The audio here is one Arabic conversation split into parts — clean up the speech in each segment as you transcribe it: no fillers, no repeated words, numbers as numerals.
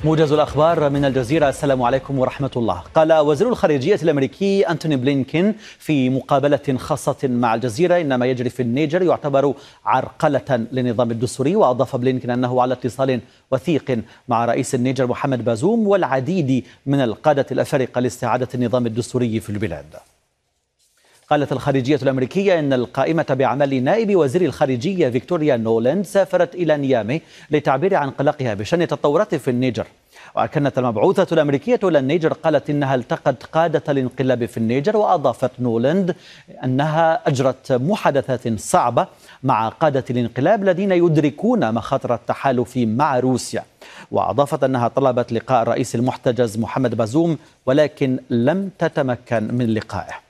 موجز الأخبار من الجزيرة. السلام عليكم ورحمة الله. قال وزير الخارجية الأمريكي أنتوني بلينكين في مقابلة خاصة مع الجزيرة إن ما يجري في النيجر يعتبر عرقلة للنظام الدستوري. وأضاف بلينكين أنه على اتصال وثيق مع رئيس النيجر محمد بازوم والعديد من القادة الأفارقة لاستعادة النظام الدستوري في البلاد. قالت الخارجية الأمريكية إن القائمة بأعمال نائب وزير الخارجية فيكتوريا نولاند سافرت إلى نيامي للتعبير عن قلقها بشأن التطورات في النيجر. وكانت المبعوثة الأمريكية إلى النيجر قالت إنها التقت قادة الانقلاب في النيجر. وأضافت نولاند أنها أجرت محادثات صعبة مع قادة الانقلاب الذين يدركون مخاطر التحالف مع روسيا. وأضافت أنها طلبت لقاء الرئيس المحتجز محمد بازوم ولكن لم تتمكن من لقائه.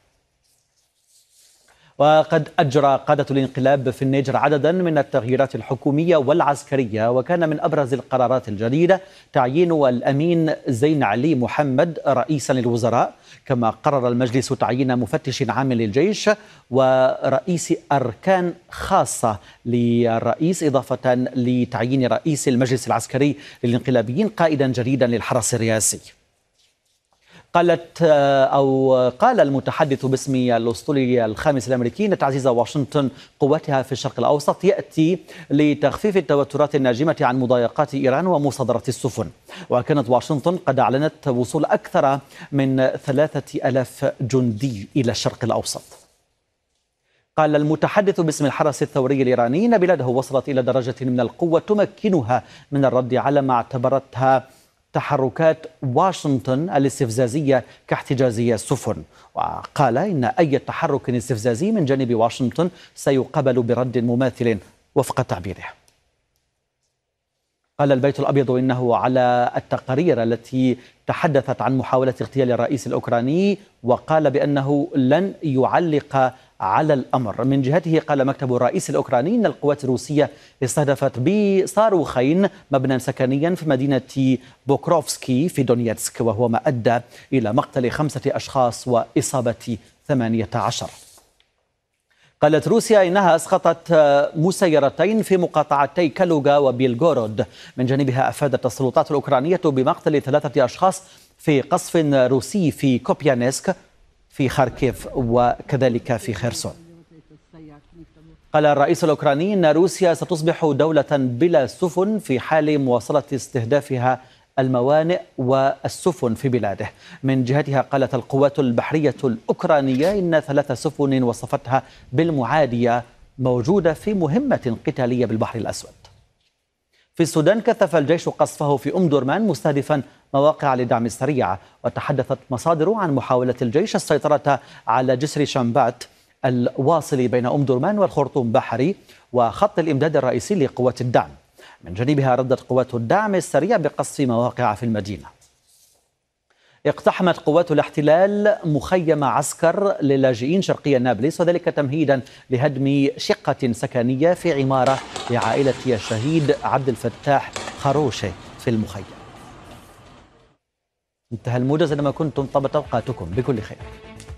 وقد أجرى قادة الانقلاب في النيجر عددا من التغييرات الحكومية والعسكرية. وكان من أبرز القرارات الجديدة تعيين الأمين زين علي محمد رئيسا للوزراء. كما قرر المجلس تعيين مفتش عام للجيش ورئيس أركان خاصة للرئيس، إضافة لتعيين رئيس المجلس العسكري للانقلابيين قائدا جديدا للحرس الرئاسي. قال المتحدث باسم الأسطول الخامس الأمريكي أن تعزيز واشنطن قوتها في الشرق الأوسط يأتي لتخفيف التوترات الناجمة عن مضايقات إيران ومصادرة السفن. وكانت واشنطن قد أعلنت وصول أكثر من 3000 جندي إلى الشرق الأوسط. قال المتحدث باسم الحرس الثوري الإيراني أن بلاده وصلت إلى درجة من القوة تمكنها من الرد على ما اعتبرتها تحركات واشنطن الاستفزازية كاحتجازية السفن. وقال إن أي تحرك استفزازي من جانب واشنطن سيقابل برد مماثل وفق تعبيره. قال البيت الأبيض إنه على التقارير التي تحدثت عن محاولة اغتيال الرئيس الأوكراني، وقال بأنه لن يعلق على الأمر. من جهته قال مكتب الرئيس الأوكراني أن القوات الروسية استهدفت بصاروخين مبنى سكنيا في مدينة بوكروفسكي في دونيتسك، وهو ما أدى إلى مقتل 5 أشخاص وإصابة 18. قالت روسيا إنها أسقطت مسيرتين في مقاطعتي كالوغا وبيلغورود. من جانبها أفادت السلطات الأوكرانية بمقتل 3 أشخاص في قصف روسي في كوبيانسك في خاركيف وكذلك في خيرسون. قال الرئيس الأوكراني أن روسيا ستصبح دولة بلا سفن في حال مواصلة استهدافها الموانئ والسفن في بلاده. من جهتها قالت القوات البحرية الأوكرانية إن 3 سفن وصفتها بالمعادية موجودة في مهمة قتالية بالبحر الأسود. في السودان كثف الجيش قصفه في درمان مستهدفا مواقع لدعم السريع. وتحدثت مصادر عن محاولة الجيش السيطرة على جسر شمبات الواصل بين درمان والخرطوم بحري وخط الإمداد الرئيسي لقوات الدعم. من جانبها ردت قوات الدعم السريع بقصف مواقع في المدينة. اقتحمت قوات الاحتلال مخيم عسكر للاجئين شرقي نابلس، وذلك تمهيدا لهدم شقة سكنية في عمارة لعائلة الشهيد عبد الفتاح خروشي في المخيم. انتهى الموجز. لما كنتم طابت أوقاتكم بكل خير.